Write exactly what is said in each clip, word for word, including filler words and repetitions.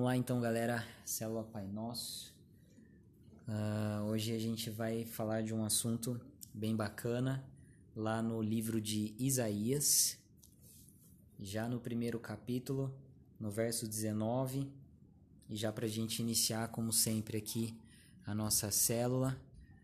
Vamos lá então, galera, Célula Pai Nosso. Uh, hoje a gente vai falar de um assunto bem bacana lá no livro de Isaías, já no primeiro capítulo, no verso dezenove, e já para a gente iniciar, como sempre, aqui a nossa célula.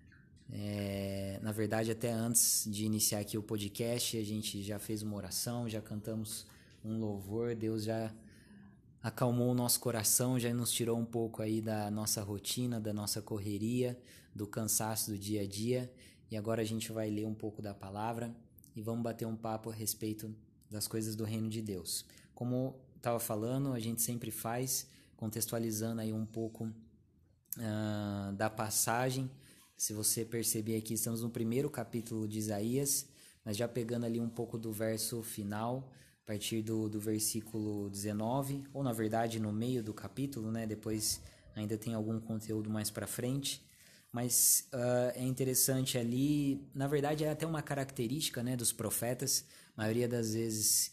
É, na verdade, até antes de iniciar aqui o podcast, a gente já fez uma oração, já cantamos um louvor, Deus já acalmou o nosso coração, já nos tirou um pouco aí da nossa rotina, da nossa correria, do cansaço do dia a dia, e agora a gente vai ler um pouco da palavra e vamos bater um papo a respeito das coisas do reino de Deus. Como estava falando, a gente sempre faz, contextualizando aí um pouco uh, da passagem. Se você perceber aqui, estamos no primeiro capítulo de Isaías, mas já pegando ali um pouco do verso final, a partir do, do versículo dezenove, ou na verdade no meio do capítulo, né? Depois ainda tem algum conteúdo mais para frente, mas uh, é interessante ali, na verdade é até uma característica, né, dos profetas. A maioria das vezes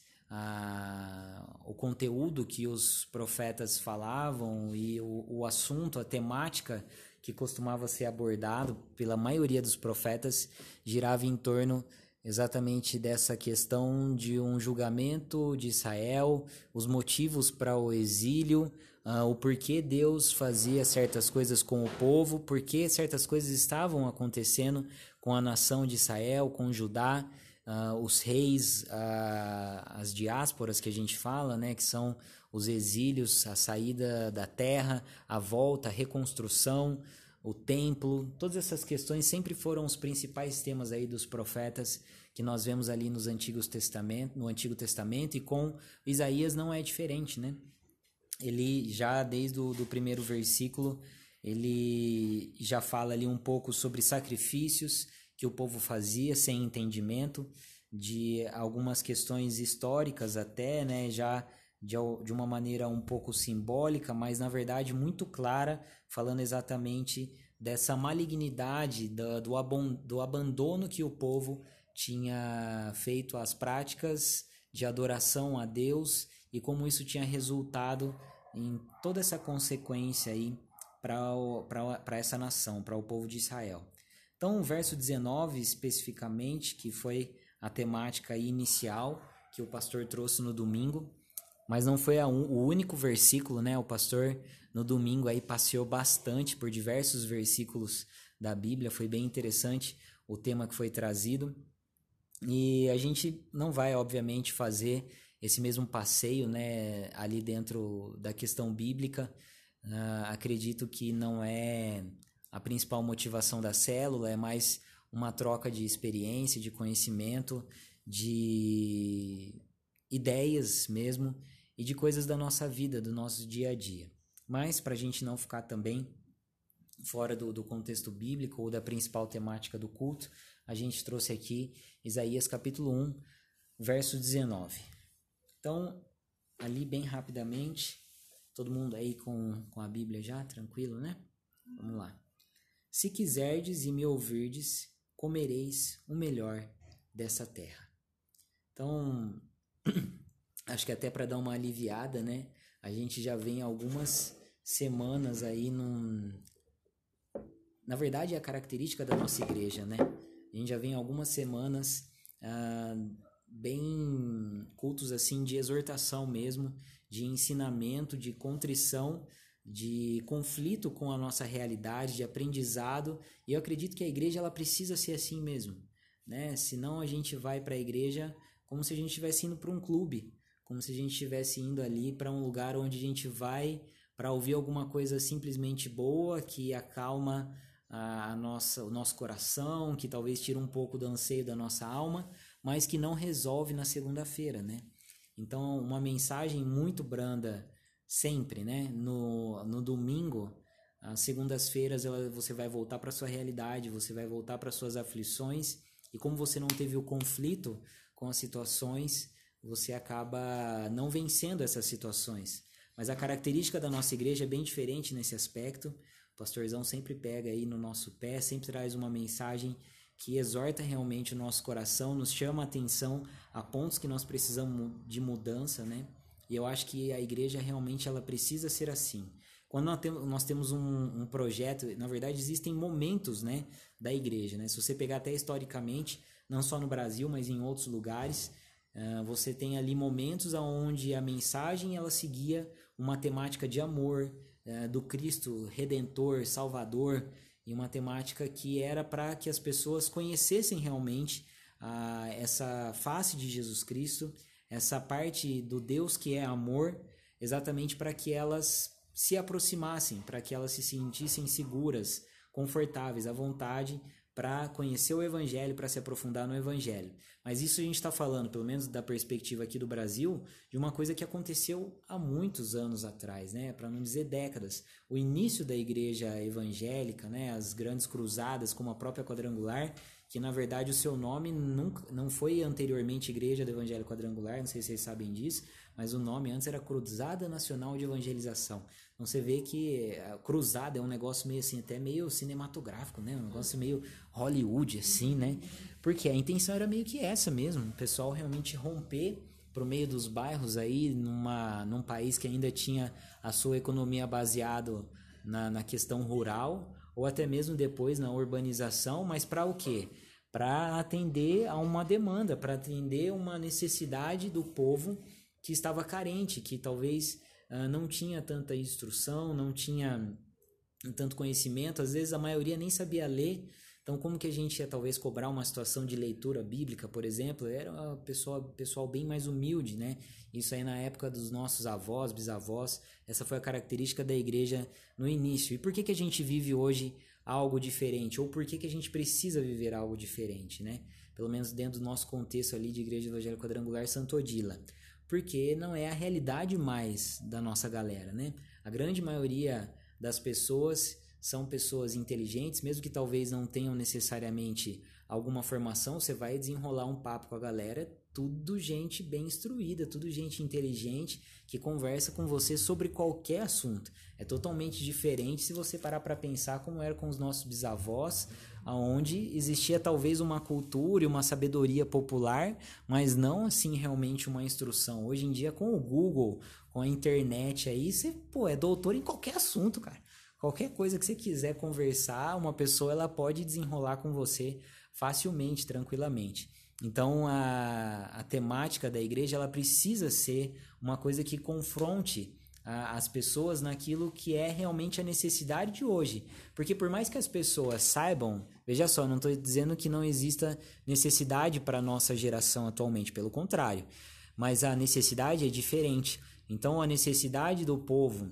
uh, o conteúdo que os profetas falavam e o, o assunto, a temática que costumava ser abordado pela maioria dos profetas girava em torno exatamente dessa questão de um julgamento de Israel, os motivos para o exílio, uh, o porquê Deus fazia certas coisas com o povo, porquê certas coisas estavam acontecendo com a nação de Israel, com Judá, uh, os reis, uh, as diásporas que a gente fala, né, que são os exílios, a saída da terra, a volta, a reconstrução, o templo. Todas essas questões sempre foram os principais temas aí dos profetas que nós vemos ali nos Antigos Testamento, no Antigo Testamento, e com Isaías não é diferente, né? Ele já desde o do primeiro versículo, ele já fala ali um pouco sobre sacrifícios que o povo fazia sem entendimento, de algumas questões históricas até, né, já de, de uma maneira um pouco simbólica, mas na verdade muito clara, falando exatamente dessa malignidade, do, do, abon, do abandono que o povo tinha feito às práticas de adoração a Deus e como isso tinha resultado em toda essa consequência aí para essa nação, para o povo de Israel. Então, o verso dezenove especificamente, que foi a temática inicial que o pastor trouxe no domingo, mas não foi a un, o único versículo, né? O pastor no domingo aí passeou bastante por diversos versículos da Bíblia, foi bem interessante o tema que foi trazido. E a gente não vai, obviamente, fazer esse mesmo passeio, né, ali dentro da questão bíblica. Uh, acredito que não é a principal motivação da célula, é mais uma troca de experiência, de conhecimento, de ideias mesmo e de coisas da nossa vida, do nosso dia a dia. Mas para a gente não ficar também fora do, do contexto bíblico ou da principal temática do culto, a gente trouxe aqui Isaías capítulo um, verso dezenove. Então, ali bem rapidamente, todo mundo aí com, com a Bíblia já, tranquilo, né? Vamos lá. Se quiserdes e me ouvirdes, comereis o melhor dessa terra. Então, acho que até para dar uma aliviada, né? A gente já vem algumas semanas aí num... Na verdade, é a característica da nossa igreja, né? A gente já vem algumas semanas ah, bem cultos assim de exortação mesmo, de ensinamento, de contrição, de conflito com a nossa realidade, de aprendizado. E eu acredito que a igreja ela precisa ser assim mesmo, né? Senão a gente vai para a igreja como se a gente estivesse indo para um clube, como se a gente estivesse indo ali para um lugar onde a gente vai para ouvir alguma coisa simplesmente boa, que acalma a nossa, o nosso coração, que talvez tira um pouco do anseio da nossa alma, mas que não resolve na segunda-feira, né? Então, uma mensagem muito branda sempre, né? No, no domingo, às segundas-feiras, ela, você vai voltar para a sua realidade, você vai voltar para as suas aflições, e como você não teve o conflito com as situações, você acaba não vencendo essas situações. Mas a característica da nossa igreja é bem diferente nesse aspecto. O pastorzão sempre pega aí no nosso pé, sempre traz uma mensagem que exorta realmente o nosso coração, nos chama a atenção a pontos que nós precisamos de mudança, né? E eu acho que a igreja realmente ela precisa ser assim. Quando nós temos, nós temos um, um projeto, na verdade existem momentos, né, da igreja, né? Se você pegar até historicamente, não só no Brasil, mas em outros lugares, uh, você tem ali momentos onde a mensagem ela seguia uma temática de amor, uh, do Cristo Redentor, Salvador, e uma temática que era para que as pessoas conhecessem realmente uh, essa face de Jesus Cristo, essa parte do Deus que é amor, exatamente para que elas se aproximassem, para que elas se sentissem seguras, confortáveis, à vontade para conhecer o Evangelho, para se aprofundar no Evangelho. Mas isso a gente está falando, pelo menos da perspectiva aqui do Brasil, de uma coisa que aconteceu há muitos anos atrás, né? Para não dizer décadas. O início da igreja evangélica, né? As grandes cruzadas, como a própria Quadrangular, que na verdade o seu nome nunca, não foi anteriormente Igreja do Evangelho Quadrangular, não sei se vocês sabem disso, mas o nome antes era Cruzada Nacional de Evangelização. Então você vê que a cruzada é um negócio meio assim, até meio cinematográfico, né? Um negócio meio Hollywood, assim, né? Porque a intenção era meio que essa mesmo, o pessoal realmente romper pro meio dos bairros aí, numa, num país que ainda tinha a sua economia baseada na, na questão rural, ou até mesmo depois na urbanização, mas para o quê? Para atender a uma demanda, para atender uma necessidade do povo que estava carente, que talvez uh, não tinha tanta instrução, não tinha tanto conhecimento, às vezes a maioria nem sabia ler. Então como que a gente ia talvez cobrar uma situação de leitura bíblica, por exemplo? Era uma pessoa, pessoal bem mais humilde, né? Isso aí na época dos nossos avós, bisavós, essa foi a característica da igreja no início. E por que que a gente vive hoje algo diferente? Ou por que que a gente precisa viver algo diferente, né? Pelo menos dentro do nosso contexto ali de Igreja Evangélica Quadrangular Santo Odila. Porque não é a realidade mais da nossa galera, né? A grande maioria das pessoas são pessoas inteligentes, mesmo que talvez não tenham necessariamente alguma formação, você vai desenrolar um papo com a galera, tudo gente bem instruída, tudo gente inteligente, que conversa com você sobre qualquer assunto. É totalmente diferente se você parar para pensar como era com os nossos bisavós, onde existia talvez uma cultura e uma sabedoria popular, mas não assim realmente uma instrução. Hoje em dia com o Google, com a internet aí, você pô, é doutor em qualquer assunto, cara. Qualquer coisa que você quiser conversar, uma pessoa ela pode desenrolar com você facilmente, tranquilamente. Então a, a temática da igreja ela precisa ser uma coisa que confronte a, as pessoas naquilo que é realmente a necessidade de hoje. Porque por mais que as pessoas saibam, veja só, não estou dizendo que não exista necessidade para a nossa geração atualmente, pelo contrário, mas a necessidade é diferente. Então a necessidade do povo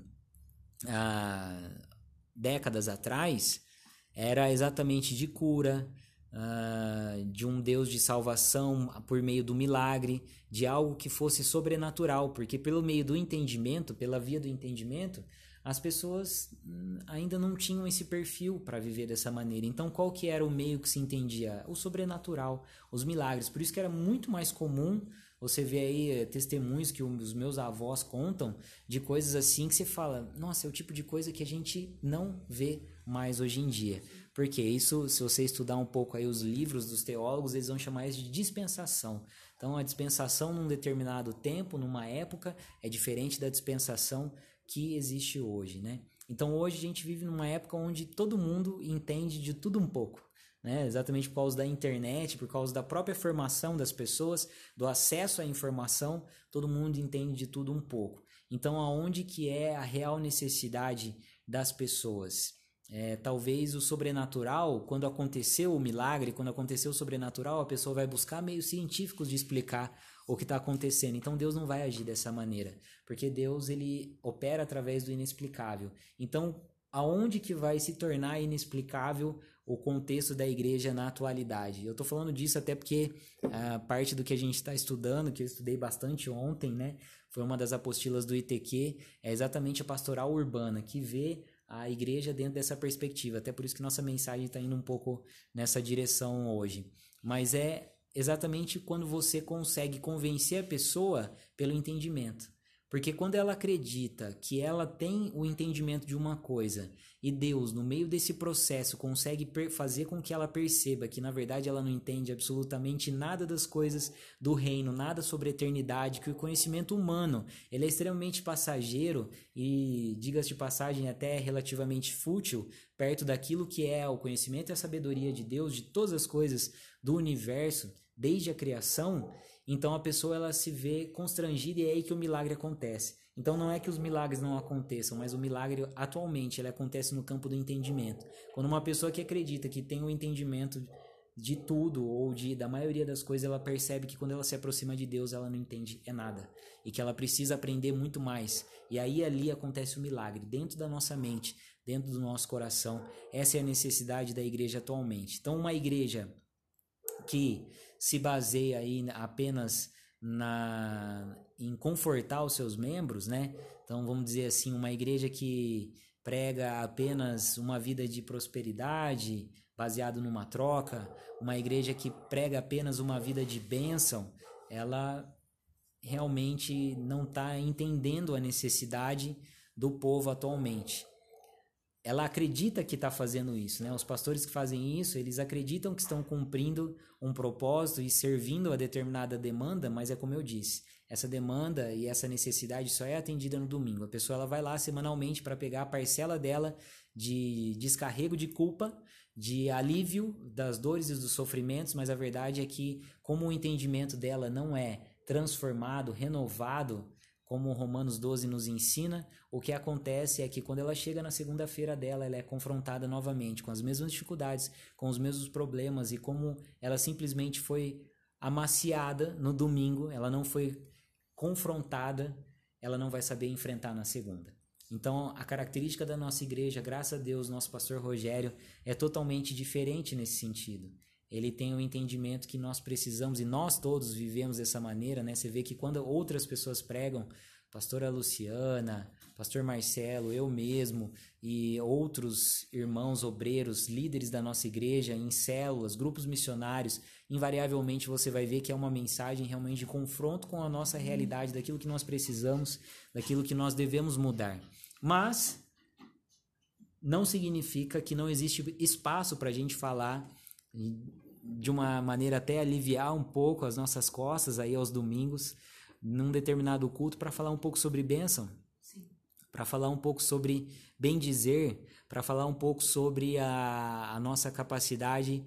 há décadas atrás era exatamente de cura, Uh, de um Deus de salvação por meio do milagre, de algo que fosse sobrenatural, porque pelo meio do entendimento, pela via do entendimento, as pessoas ainda não tinham esse perfil para viver dessa maneira. Então qual que era o meio que se entendia? O sobrenatural, os milagres. Por isso que era muito mais comum você ver aí testemunhos que os meus avós contam de coisas assim que você fala, nossa, é o tipo de coisa que a gente não vê mais hoje em dia. Porque isso, se você estudar um pouco aí os livros dos teólogos, eles vão chamar isso de dispensação. Então, a dispensação num determinado tempo, numa época, é diferente da dispensação que existe hoje, né? Então, hoje a gente vive numa época onde todo mundo entende de tudo um pouco, né? Exatamente por causa da internet, por causa da própria formação das pessoas, do acesso à informação, todo mundo entende de tudo um pouco. Então, aonde que é a real necessidade das pessoas? É, talvez o sobrenatural, quando aconteceu o milagre, quando aconteceu o sobrenatural, a pessoa vai buscar meios científicos de explicar o que está acontecendo. Então Deus não vai agir dessa maneira, porque Deus ele opera através do inexplicável. Então, aonde que vai se tornar inexplicável o contexto da igreja na atualidade? Eu estou falando disso até porque a parte do que a gente está estudando, que eu estudei bastante ontem, né, foi uma das apostilas do I T Q, é exatamente a pastoral urbana, que vê a igreja dentro dessa perspectiva, até por isso que nossa mensagem está indo um pouco nessa direção hoje. Mas é exatamente quando você consegue convencer a pessoa pelo entendimento. Porque quando ela acredita que ela tem o entendimento de uma coisa e Deus, no meio desse processo, consegue fazer com que ela perceba que, na verdade, ela não entende absolutamente nada das coisas do reino, nada sobre a eternidade, que o conhecimento humano ele é extremamente passageiro e, diga-se de passagem, até relativamente fútil, perto daquilo que é o conhecimento e a sabedoria de Deus, de todas as coisas do universo, desde a criação. Então a pessoa ela se vê constrangida e é aí que o milagre acontece. Então não é que os milagres não aconteçam, mas o milagre atualmente ele acontece no campo do entendimento. Quando uma pessoa que acredita que tem o entendimento de tudo ou de, da maioria das coisas, ela percebe que quando ela se aproxima de Deus ela não entende é nada e que ela precisa aprender muito mais. E aí ali acontece o milagre dentro da nossa mente, dentro do nosso coração. Essa é a necessidade da igreja atualmente. Então uma igreja que se baseia aí apenas na, em confortar os seus membros, né? Então vamos dizer assim, uma igreja que prega apenas uma vida de prosperidade, baseado numa troca, uma igreja que prega apenas uma vida de bênção, ela realmente não está entendendo a necessidade do povo atualmente. Ela acredita que está fazendo isso, né? Os pastores que fazem isso, eles acreditam que estão cumprindo um propósito e servindo a determinada demanda, mas é como eu disse, essa demanda e essa necessidade só é atendida no domingo. A pessoa ela vai lá semanalmente para pegar a parcela dela de descarrego de culpa, de alívio das dores e dos sofrimentos, mas a verdade é que como o entendimento dela não é transformado, renovado, como Romanos doze nos ensina, o que acontece é que quando ela chega na segunda-feira dela, ela é confrontada novamente com as mesmas dificuldades, com os mesmos problemas, e como ela simplesmente foi amaciada no domingo, ela não foi confrontada, ela não vai saber enfrentar na segunda. Então, a característica da nossa igreja, graças a Deus, nosso pastor Rogério, é totalmente diferente nesse sentido. Ele tem o entendimento que nós precisamos, e nós todos vivemos dessa maneira, né? Você vê que quando outras pessoas pregam, pastora Luciana, pastor Marcelo, eu mesmo e outros irmãos obreiros, líderes da nossa igreja, em células, grupos missionários, invariavelmente você vai ver que é uma mensagem realmente de confronto com a nossa realidade, daquilo que nós precisamos, daquilo que nós devemos mudar. Mas não significa que não existe espaço para a gente falar de uma maneira até aliviar um pouco as nossas costas aí aos domingos, num determinado culto, para falar um pouco sobre bênção, para falar um pouco sobre bem dizer, para falar um pouco sobre a, a nossa capacidade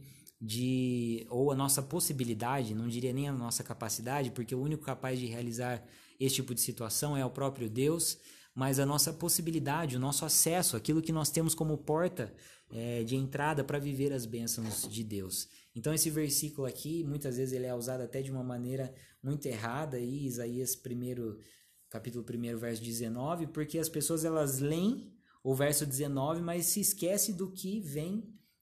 de, ou a nossa possibilidade, não diria nem a nossa capacidade, porque o único capaz de realizar esse tipo de situação é o próprio Deus, mas a nossa possibilidade, o nosso acesso, aquilo que nós temos como porta é, de entrada para viver as bênçãos de Deus. Então esse versículo aqui, muitas vezes ele é usado até de uma maneira muito errada, aí Isaías primeiro, capítulo um, verso dezenove, porque as pessoas elas leem o verso dezenove, mas se esquece do que vem.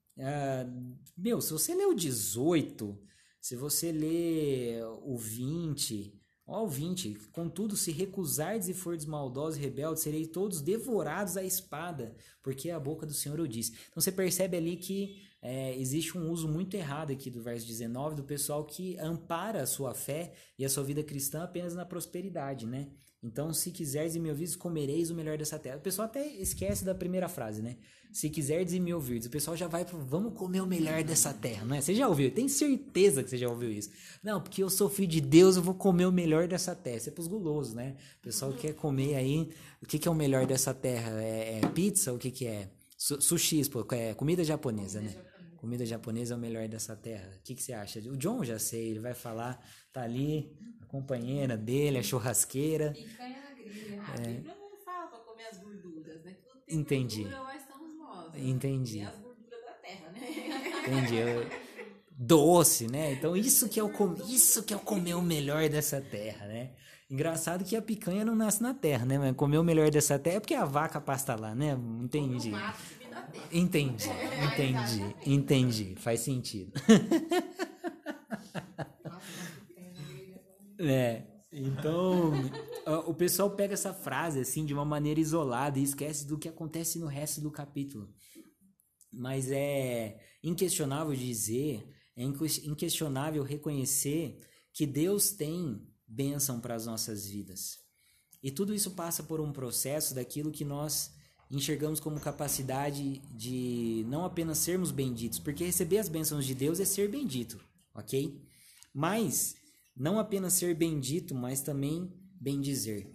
Uh, meu, se você lê o dezoito, se você lê o vinte... Ó, o vinte, contudo, se recusardes e fordes maldosos e rebeldes, serei todos devorados à espada, porque a boca do Senhor o diz. Então você percebe ali que é, existe um uso muito errado aqui do verso dezenove, do pessoal que ampara a sua fé e a sua vida cristã apenas na prosperidade, né? Então, se quiseres e me ouvirdes, comereis o melhor dessa terra. O pessoal até esquece da primeira frase, né? Se quiserdes e me ouvirdes. O pessoal já vai pro, vamos comer o melhor dessa terra, não é? Você já ouviu? Tem certeza que você já ouviu isso. Não, porque eu sou filho de Deus, eu vou comer o melhor dessa terra. Isso é pros gulosos, né? O pessoal quer comer aí, o que, que é o melhor dessa terra? É, é pizza? O que que é? Sushi, pô, é comida japonesa, né? Comida japonesa é o melhor dessa terra. O que, que você acha? O John já sei, ele vai falar, tá ali, a companheira dele, a churrasqueira. Picanha na grelha. A Bíblia não fala pra comer as gorduras, né? Tudo tem Entendi. gordura, lá estamos nós. Né? Entendi. E as gorduras da terra, né? Entendi. Eu... Doce, né? Então isso que é o com... isso que é o comer o melhor dessa terra, né? Engraçado que a picanha não nasce na terra, né? Mas comer o melhor dessa terra é porque a vaca pasta lá, né? Entendi. Entendi, entendi, entendi. Faz sentido. É, então o pessoal pega essa frase assim de uma maneira isolada e esquece do que acontece no resto do capítulo. Mas é inquestionável dizer, é inquestionável reconhecer que Deus tem bênção para as nossas vidas. E tudo isso passa por um processo daquilo que nós enxergamos como capacidade de não apenas sermos benditos, porque receber as bênçãos de Deus é ser bendito, ok? Mas não apenas ser bendito, mas também bendizer.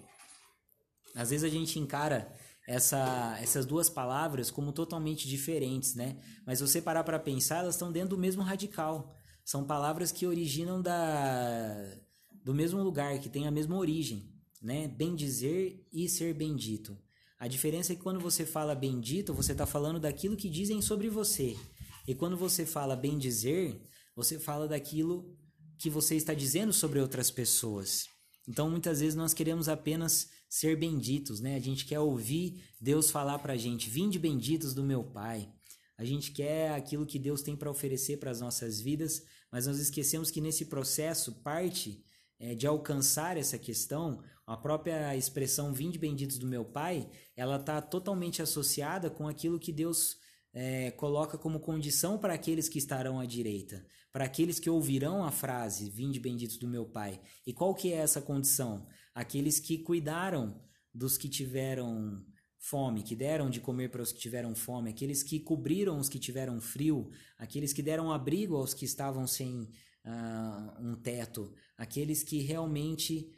Às vezes a gente encara essa, essas duas palavras como totalmente diferentes, né? Mas se você parar para pensar, elas estão dentro do mesmo radical. São palavras que originam da, do mesmo lugar, que têm a mesma origem, né? Bendizer e ser bendito. A diferença é que quando você fala bendito, você está falando daquilo que dizem sobre você. E quando você fala bendizer, você fala daquilo que você está dizendo sobre outras pessoas. Então, muitas vezes nós queremos apenas ser benditos, né? A gente quer ouvir Deus falar para a gente, vinde benditos do meu Pai. A gente quer aquilo que Deus tem para oferecer para as nossas vidas, mas nós esquecemos que nesse processo, parte é, de alcançar essa questão, a própria expressão vinde benditos do meu Pai, ela está totalmente associada com aquilo que Deus é, coloca como condição para aqueles que estarão à direita, para aqueles que ouvirão a frase vinde benditos do meu Pai. E qual que é essa condição? Aqueles que cuidaram dos que tiveram fome, que deram de comer para os que tiveram fome, aqueles que cobriram os que tiveram frio, aqueles que deram abrigo aos que estavam sem uh, um teto, aqueles que realmente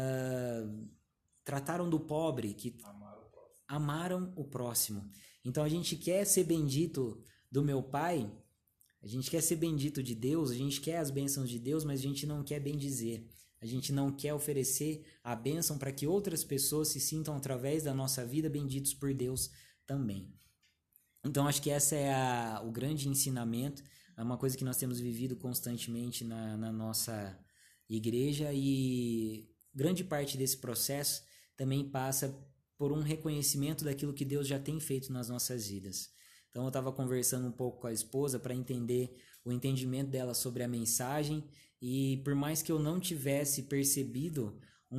uh, trataram do pobre, que amaram o próximo. amaram o próximo. Então a gente quer ser bendito do meu Pai, a gente quer ser bendito de Deus, a gente quer as bênçãos de Deus, mas a gente não quer bendizer. A gente não quer oferecer a bênção para que outras pessoas se sintam, através da nossa vida, benditos por Deus também. Então, acho que esse é a, o grande ensinamento, é uma coisa que nós temos vivido constantemente na, na nossa igreja, e grande parte desse processo também passa por um reconhecimento daquilo que Deus já tem feito nas nossas vidas. Então, eu estava conversando um pouco com a esposa para entender o entendimento dela sobre a mensagem. E por mais que eu não tivesse percebido,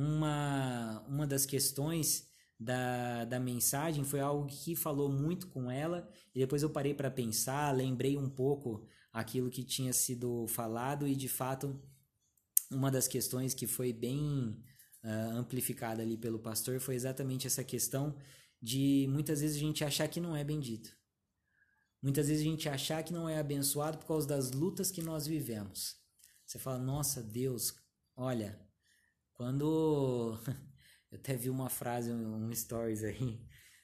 uma, uma das questões da, da mensagem foi algo que falou muito com ela, e depois eu parei para pensar, lembrei um pouco aquilo que tinha sido falado, e de fato uma das questões que foi bem uh, amplificada ali pelo pastor foi exatamente essa questão de muitas vezes a gente achar que não é bendito. Muitas vezes a gente achar que não é abençoado por causa das lutas que nós vivemos. Você fala, nossa, Deus, olha, quando... Eu até vi uma frase, um stories aí,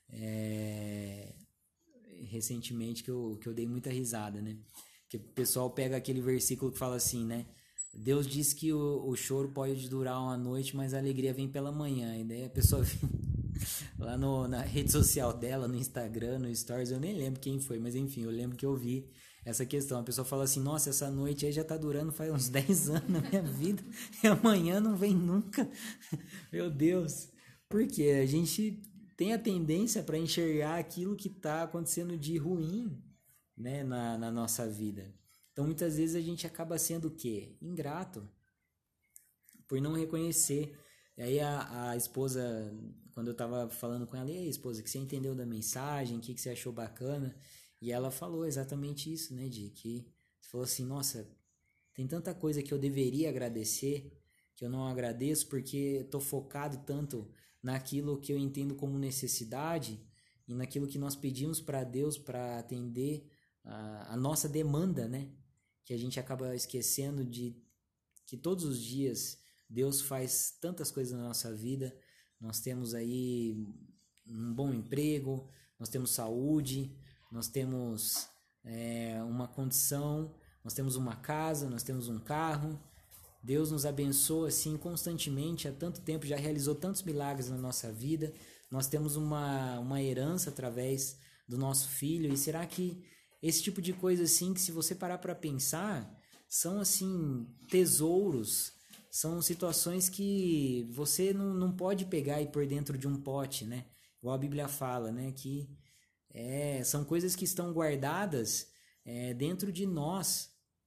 é... recentemente, que eu, que eu dei muita risada, né? Que o pessoal pega aquele versículo que fala assim, né? Deus diz que o, o choro pode durar uma noite, mas a alegria vem pela manhã. E daí a pessoa lá no, na rede social dela, no Instagram, no Stories, eu nem lembro quem foi, mas enfim, eu lembro que eu vi essa questão. A pessoa fala assim, nossa, essa noite aí já tá durando faz uns dez anos na minha vida e amanhã não vem nunca. Meu Deus. Porque a gente tem a tendência para enxergar aquilo que tá acontecendo de ruim, né, na, na nossa vida. Então muitas vezes a gente acaba sendo o quê? Ingrato, por não reconhecer. E aí a, a esposa, quando eu tava falando com ela, e aí esposa, o que você entendeu da mensagem, o que, que você achou bacana? E ela falou exatamente isso, né, de que você falou assim, nossa, tem tanta coisa que eu deveria agradecer, que eu não agradeço porque tô focado tanto naquilo que eu entendo como necessidade e naquilo que nós pedimos para Deus para atender a, a nossa demanda, né, que a gente acaba esquecendo de que todos os dias Deus faz tantas coisas na nossa vida. Nós temos aí um bom emprego, nós temos saúde, nós temos é, uma condição, nós temos uma casa, nós temos um carro. Deus nos abençoa assim constantemente, há tanto tempo, já realizou tantos milagres na nossa vida. Nós temos uma, uma herança através do nosso filho. E será que esse tipo de coisa assim, que se você parar para pensar, são assim tesouros, são situações que você não, não pode pegar e pôr dentro de um pote, né? Igual a Bíblia fala, né? Que é, são coisas que estão guardadas é, dentro de nós.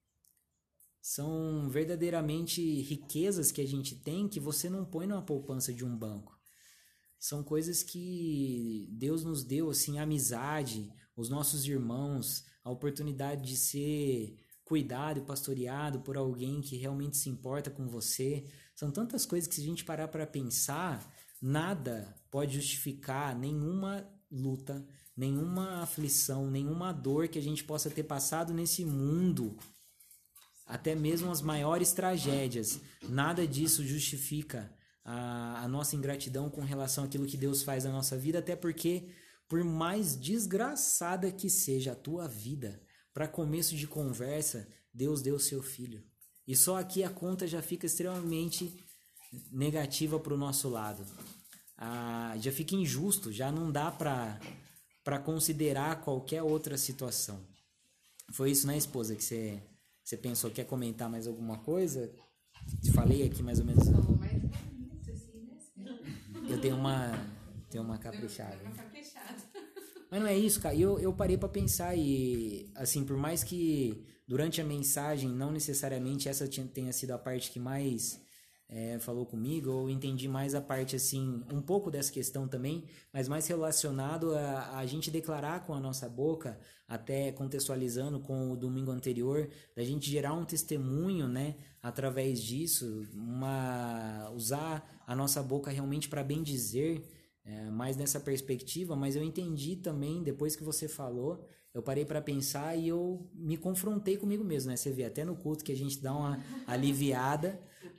São verdadeiramente riquezas que a gente tem que você não põe numa poupança de um banco. São coisas que Deus nos deu, assim, a amizade, os nossos irmãos, a oportunidade de ser cuidado e pastoreado por alguém que realmente se importa com você. São tantas coisas que, se a gente parar para pensar, Nada pode justificar nenhuma luta, nenhuma aflição, nenhuma dor que a gente possa ter passado nesse mundo, até mesmo as maiores tragédias. Nada disso justifica a, a nossa ingratidão com relação àquilo que Deus faz na nossa vida, até porque, por mais desgraçada que seja a tua vida, para começo de conversa, Deus deu seu filho. E só aqui a conta já fica extremamente negativa para o nosso lado. Ah, já fica injusto, já não dá para para considerar qualquer outra situação. Foi isso, né, esposa, que você, você pensou? Quer comentar mais alguma coisa? Falei aqui mais ou menos. Falou mais bonito, assim, né? Eu tenho uma, tenho uma caprichada. Uma caprichada. Mas não é isso, cara. Eu, eu parei pra pensar e, assim, por mais que durante a mensagem, não necessariamente essa tenha sido a parte que mais é, falou comigo, eu entendi mais a parte, assim, um pouco dessa questão também, mas mais relacionado a, a gente declarar com a nossa boca, até contextualizando com o domingo anterior, da gente gerar um testemunho, né, através disso, uma, usar a nossa boca realmente para bem dizer, É, mais nessa perspectiva, mas eu entendi também, depois que você falou, eu parei para pensar e eu me confrontei comigo mesmo, né? Você vê, até no culto que a gente dá uma aliviada,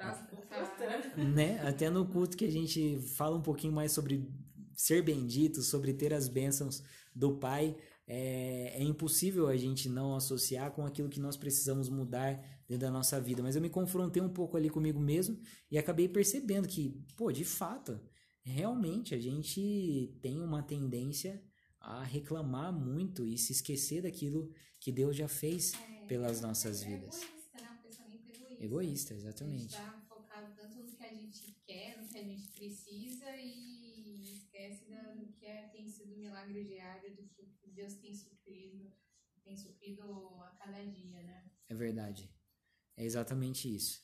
né? Até no culto que a gente fala um pouquinho mais sobre ser bendito, sobre ter as bênçãos do Pai, é, é impossível a gente não associar com aquilo que nós precisamos mudar dentro da nossa vida, mas eu me confrontei um pouco ali comigo mesmo e acabei percebendo que, pô, de fato, realmente a gente tem uma tendência a reclamar muito e se esquecer daquilo que Deus já fez É, pelas é, nossas é vidas. egoísta, né? Um pensamento egoísta. Egoísta, A gente exatamente. está focado tanto no que a gente quer, no que a gente precisa e esquece da, do que é, tem sido o milagre diário, do que Deus tem suprido, tem suprido a cada dia, né? É verdade. É exatamente isso.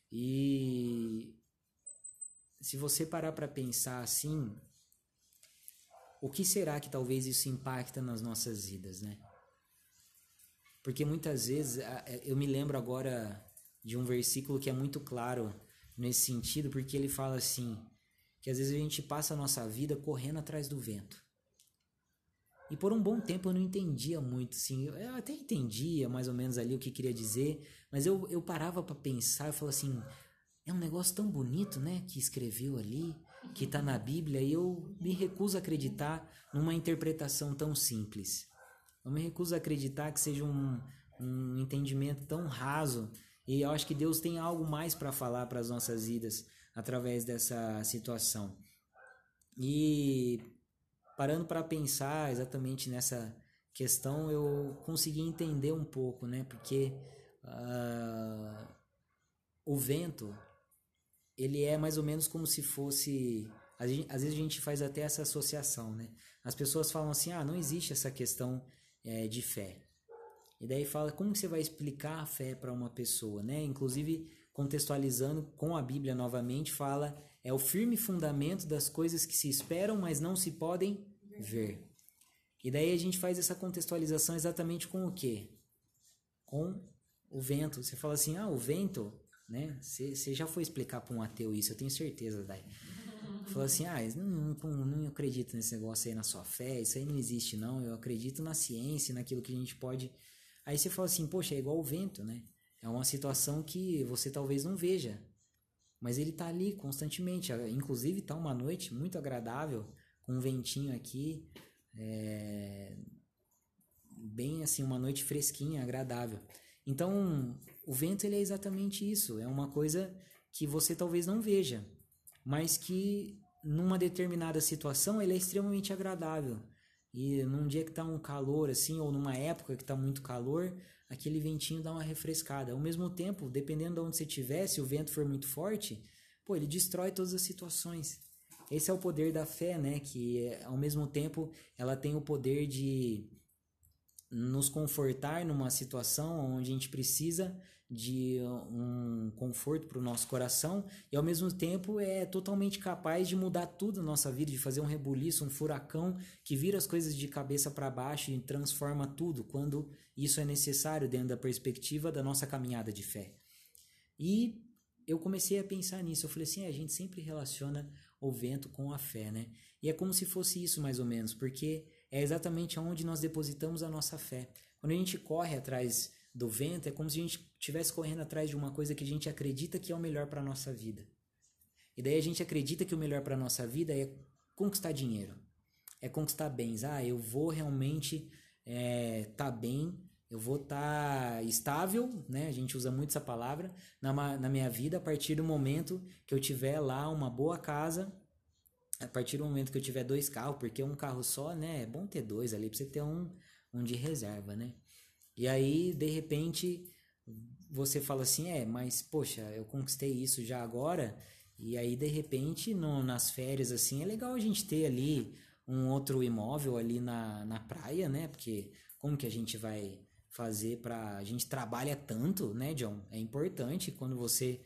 E se você parar para pensar assim, o que será que talvez isso impacta nas nossas vidas, né? Porque muitas vezes, eu me lembro agora de um versículo que é muito claro nesse sentido, porque ele fala assim, que às vezes a gente passa a nossa vida correndo atrás do vento. E por um bom tempo eu não entendia muito, assim, eu até entendia mais ou menos ali o que queria dizer, mas eu, eu parava para pensar e falava assim, é um negócio tão bonito, né, que escreveu ali, que está na Bíblia, e eu me recuso a acreditar numa interpretação tão simples. Eu me recuso a acreditar que seja um, um entendimento tão raso, e eu acho que Deus tem algo mais para falar para as nossas vidas através dessa situação. E parando para pensar exatamente nessa questão, eu consegui entender um pouco, né, porque uh, o vento, ele é mais ou menos como se fosse... Às vezes a gente faz até essa associação, né? As pessoas falam assim, ah, não existe essa questão é, de fé. E daí fala, como que você vai explicar a fé para uma pessoa, né? Inclusive, contextualizando com a Bíblia novamente, fala, é o firme fundamento das coisas que se esperam, mas não se podem ver. E daí a gente faz essa contextualização exatamente com o quê? Com o vento. Você fala assim, ah, o vento... né? Você já foi explicar para um ateu isso, eu tenho certeza, Dai. Falou assim, ah, não, não, não acredito nesse negócio aí na sua fé, isso aí não existe não, eu acredito na ciência, naquilo que a gente pode... Aí você fala assim, poxa, é igual o vento, né? É uma situação que você talvez não veja, mas ele tá ali constantemente, inclusive tá uma noite muito agradável, com um ventinho aqui, é... bem assim, uma noite fresquinha, agradável. Então, o vento ele é exatamente isso, é uma coisa que você talvez não veja, mas que numa determinada situação ele é extremamente agradável. E num dia que está um calor assim, ou numa época que está muito calor, aquele ventinho dá uma refrescada. Ao mesmo tempo, dependendo de onde você estiver, se o vento for muito forte, pô, ele destrói todas as situações. Esse é o poder da fé, né? Que ao mesmo tempo ela tem o poder de nos confortar numa situação onde a gente precisa de um conforto para o nosso coração e ao mesmo tempo é totalmente capaz de mudar tudo na nossa vida, de fazer um rebuliço, um furacão que vira as coisas de cabeça para baixo e transforma tudo quando isso é necessário dentro da perspectiva da nossa caminhada de fé. E eu comecei a pensar nisso. Eu falei assim, é, a gente sempre relaciona o vento com a fé, né? E é como se fosse isso mais ou menos, porque é exatamente onde nós depositamos a nossa fé. Quando a gente corre atrás do vento, é como se a gente estivesse correndo atrás de uma coisa que a gente acredita que é o melhor para a nossa vida. E daí a gente acredita que o melhor para a nossa vida é conquistar dinheiro, é conquistar bens. Ah, eu vou realmente é, tá bem, eu vou estar tá estável, né? A gente usa muito essa palavra na, na minha vida a partir do momento que eu tiver lá uma boa casa, a partir do momento que eu tiver dois carros, porque um carro só, né? É bom ter dois ali para você ter um, um de reserva, né? E aí, de repente, você fala assim, é, mas poxa, eu conquistei isso já agora. E aí, de repente, no, nas férias, assim, é legal a gente ter ali um outro imóvel ali na, na praia, né? Porque como que a gente vai fazer pra... A gente trabalha tanto, né, John? É importante quando você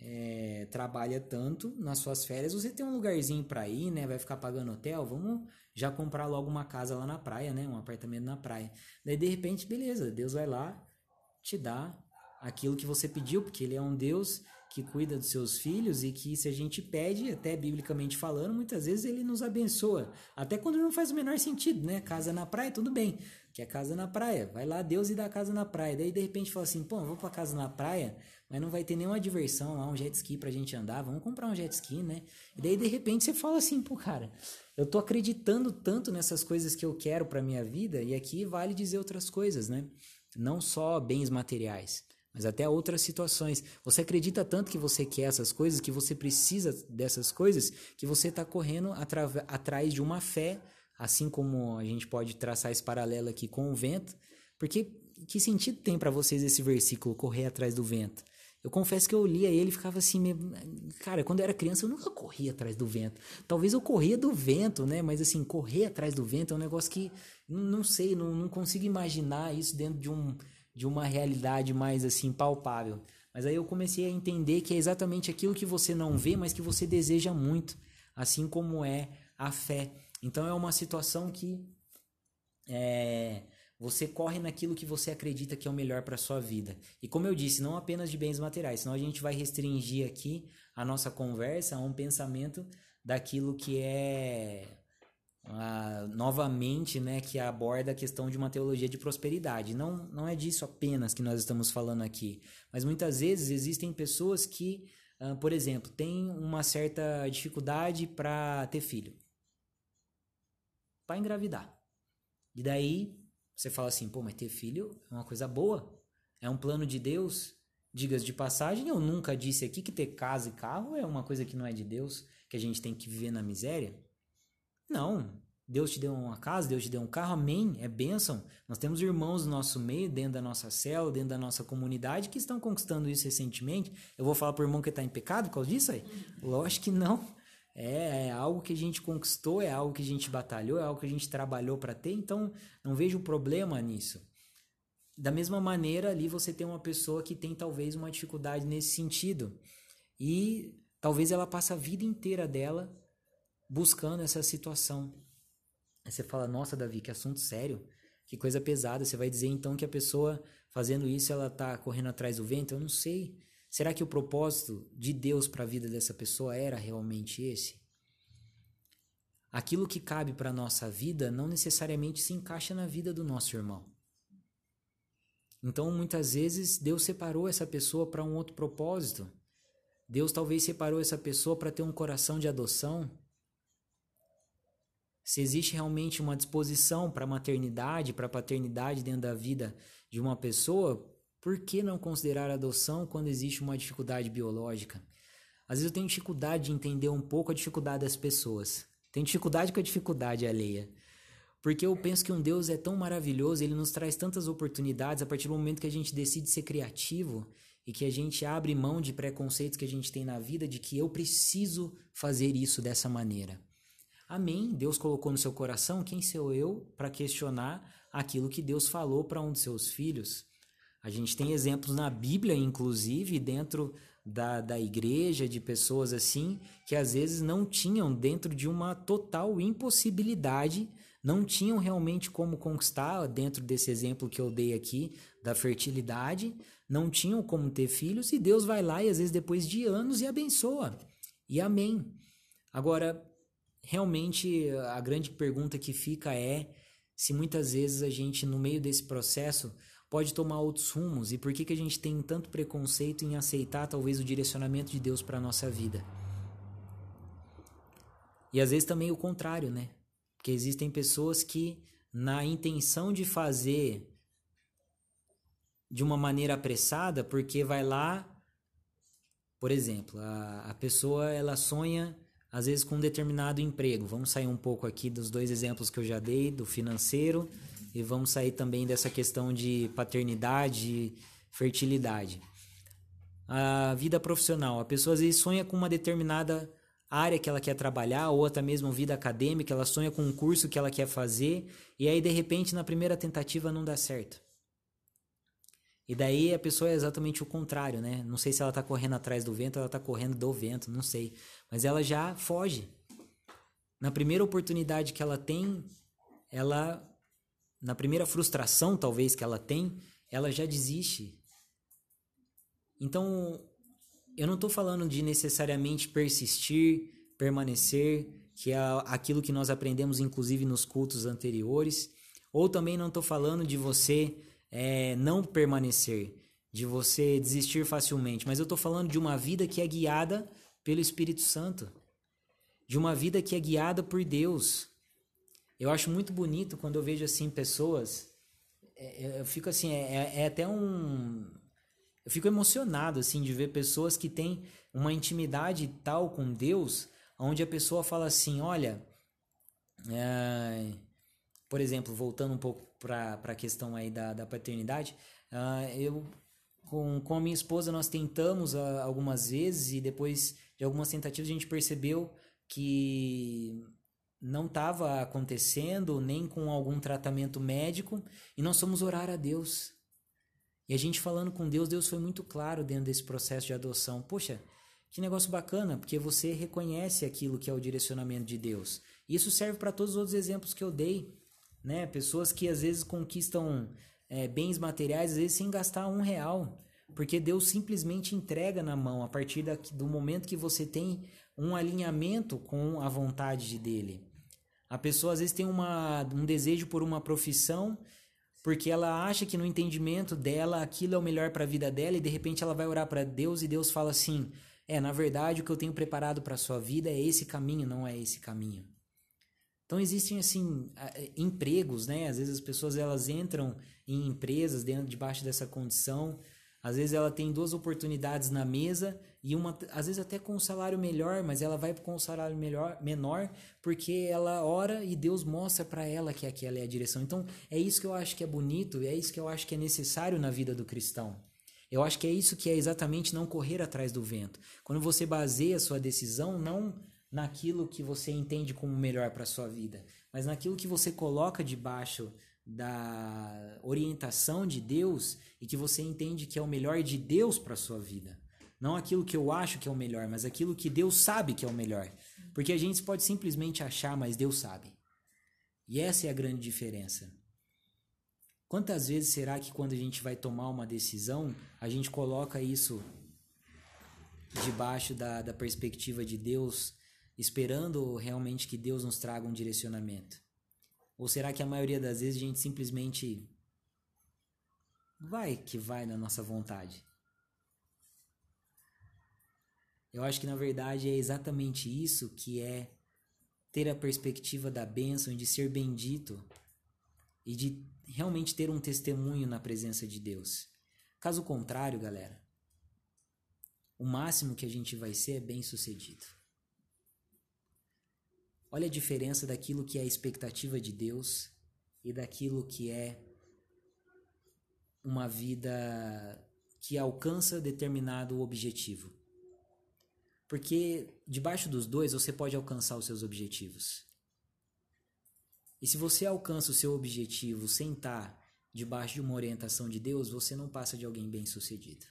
é, trabalha tanto nas suas férias, você tem um lugarzinho pra ir, né? Vai ficar pagando hotel, vamos já comprar logo uma casa lá na praia, né? Um apartamento na praia. Daí, de repente, beleza, Deus vai lá, te dá aquilo que você pediu, porque Ele é um Deus que cuida dos seus filhos e que se a gente pede, até biblicamente falando, muitas vezes Ele nos abençoa, até quando não faz o menor sentido, né? Casa na praia, tudo bem, que é casa na praia, vai lá Deus e dá casa na praia, daí de repente fala assim, pô, vou pra casa na praia, mas não vai ter nenhuma diversão lá, um jet ski pra gente andar, vamos comprar um jet ski, né? E daí de repente você fala assim, pô, cara, eu tô acreditando tanto nessas coisas que eu quero pra minha vida, e aqui vale dizer outras coisas, né? Não só bens materiais, mas até outras situações. Você acredita tanto que você quer essas coisas, que você precisa dessas coisas, que você está correndo atra- atrás de uma fé, assim como a gente pode traçar esse paralelo aqui com o vento, porque que sentido tem para vocês esse versículo, correr atrás do vento? Eu confesso que eu lia ele e ficava assim, meio... cara, quando eu era criança eu nunca corria atrás do vento. Talvez eu corria do vento, né? Mas assim, correr atrás do vento é um negócio que, não sei, não, não consigo imaginar isso dentro de um... de uma realidade mais assim palpável. Mas aí eu comecei a entender que é exatamente aquilo que você não vê, mas que você deseja muito, assim como é a fé. Então é uma situação que é, você corre naquilo que você acredita que é o melhor para a sua vida. E como eu disse, não apenas de bens materiais, senão a gente vai restringir aqui a nossa conversa a um pensamento daquilo que é... Uh, novamente, né, que aborda a questão de uma teologia de prosperidade. Não, não é disso apenas que nós estamos falando aqui, mas muitas vezes existem pessoas que, uh, por exemplo, têm uma certa dificuldade para ter filho, para engravidar. E daí você fala assim, pô, mas ter filho é uma coisa boa, é um plano de Deus. Digas de passagem, eu nunca disse aqui que ter casa e carro é uma coisa que não é de Deus, que a gente tem que viver na miséria. Não, Deus te deu uma casa, Deus te deu um carro, amém, é bênção. Nós temos irmãos no nosso meio, dentro da nossa célula, dentro da nossa comunidade, que estão conquistando isso recentemente. Eu vou falar para o irmão que está em pecado por causa disso aí? Lógico que não. É, é algo que a gente conquistou, é algo que a gente batalhou, é algo que a gente trabalhou para ter, então não vejo problema nisso. Da mesma maneira, ali você tem uma pessoa que tem talvez uma dificuldade nesse sentido. E talvez ela passe a vida inteira dela buscando essa situação. Aí você fala, nossa, Davi, que assunto sério, que coisa pesada. Você vai dizer então que a pessoa fazendo isso, ela está correndo atrás do vento? Eu não sei. Será que o propósito de Deus para a vida dessa pessoa era realmente esse? Aquilo que cabe para a nossa vida não necessariamente se encaixa na vida do nosso irmão. Então, muitas vezes, Deus separou essa pessoa para um outro propósito. Deus talvez separou essa pessoa para ter um coração de adoção. Se existe realmente uma disposição para a maternidade, para a paternidade dentro da vida de uma pessoa, por que não considerar a adoção quando existe uma dificuldade biológica? Às vezes eu tenho dificuldade de entender um pouco a dificuldade das pessoas. Tenho dificuldade com a dificuldade alheia. Porque eu penso que um Deus é tão maravilhoso, Ele nos traz tantas oportunidades a partir do momento que a gente decide ser criativo e que a gente abre mão de preconceitos que a gente tem na vida de que eu preciso fazer isso dessa maneira. Amém, Deus colocou no seu coração, quem sou eu para questionar aquilo que Deus falou para um de seus filhos? A gente tem exemplos na Bíblia, inclusive, dentro da, da igreja, de pessoas assim, que às vezes não tinham dentro de uma total impossibilidade não tinham realmente como conquistar, dentro desse exemplo que eu dei aqui, da fertilidade, não tinham como ter filhos, e Deus vai lá e às vezes depois de anos e abençoa. E amém. Agora, realmente a grande pergunta que fica é se muitas vezes a gente, no meio desse processo, pode tomar outros rumos, e por que, que a gente tem tanto preconceito em aceitar talvez o direcionamento de Deus para a nossa vida. E às vezes também o contrário, né? Porque existem pessoas que, na intenção de fazer de uma maneira apressada, porque vai lá, por exemplo, a, a pessoa ela sonha às vezes com um determinado emprego. Vamos sair um pouco aqui dos dois exemplos que eu já dei, do financeiro, e vamos sair também dessa questão de paternidade, fertilidade. A vida profissional, a pessoa às vezes sonha com uma determinada área que ela quer trabalhar, ou até mesmo vida acadêmica, ela sonha com um curso que ela quer fazer, e aí de repente na primeira tentativa não dá certo. E daí a pessoa é exatamente o contrário, né? Não sei se ela está correndo atrás do vento, ela está correndo do vento, não sei. Mas ela já foge. Na primeira oportunidade que ela tem, ela, na primeira frustração talvez que ela tem, ela já desiste. Então, eu não estou falando de necessariamente persistir, permanecer, que é aquilo que nós aprendemos inclusive nos cultos anteriores, ou também não estou falando de você é, não permanecer, de você desistir facilmente, mas eu estou falando de uma vida que é guiada pelo Espírito Santo, de uma vida que é guiada por Deus. Eu acho muito bonito quando eu vejo assim pessoas, é, eu fico assim, é, é até um... Eu fico emocionado assim de ver pessoas que têm uma intimidade tal com Deus, onde a pessoa fala assim, olha, é, por exemplo, voltando um pouco para a questão aí da, da paternidade, uh, eu com, com a minha esposa nós tentamos uh, algumas vezes, e depois de algumas tentativas a gente percebeu que não estava acontecendo, nem com algum tratamento médico, e nós fomos orar a Deus. E a gente falando com Deus, Deus foi muito claro dentro desse processo de adoção. Poxa, que negócio bacana, porque você reconhece aquilo que é o direcionamento de Deus. Isso serve para todos os outros exemplos que eu dei, né? Pessoas que às vezes conquistam é, bens materiais, às vezes sem gastar um real, porque Deus simplesmente entrega na mão, a partir da, do momento que você tem um alinhamento com a vontade dele. A pessoa às vezes tem uma, um desejo por uma profissão, porque ela acha que no entendimento dela aquilo é o melhor para a vida dela, e de repente ela vai orar para Deus e Deus fala assim, é, na verdade o que eu tenho preparado para a sua vida é esse caminho, não é esse caminho. Então existem assim empregos, né? Às vezes as pessoas elas entram em empresas dentro debaixo dessa condição, às vezes ela tem duas oportunidades na mesa, e uma às vezes até com um salário melhor, mas ela vai com um salário melhor, menor, porque ela ora e Deus mostra para ela que aquela é a direção. Então é isso que eu acho que é bonito, é isso que eu acho que é necessário na vida do cristão. Eu acho que é isso que é exatamente não correr atrás do vento. Quando você baseia a sua decisão não naquilo que você entende como melhor para a sua vida, mas naquilo que você coloca debaixo da orientação de Deus, e que você entende que é o melhor de Deus para a sua vida. Não aquilo que eu acho que é o melhor, mas aquilo que Deus sabe que é o melhor. Porque a gente pode simplesmente achar, mas Deus sabe. E essa é a grande diferença. Quantas vezes será que quando a gente vai tomar uma decisão, a gente coloca isso debaixo da, da perspectiva de Deus, esperando realmente que Deus nos traga um direcionamento? Ou será que a maioria das vezes a gente simplesmente vai que vai na nossa vontade? Eu acho que na verdade é exatamente isso que é ter a perspectiva da bênção, de ser bendito e de realmente ter um testemunho na presença de Deus. Caso contrário, galera, o máximo que a gente vai ser é bem-sucedido. Olha a diferença daquilo que é a expectativa de Deus e daquilo que é uma vida que alcança determinado objetivo. Porque debaixo dos dois você pode alcançar os seus objetivos. E se você alcança o seu objetivo sem estar debaixo de uma orientação de Deus, você não passa de alguém bem-sucedido.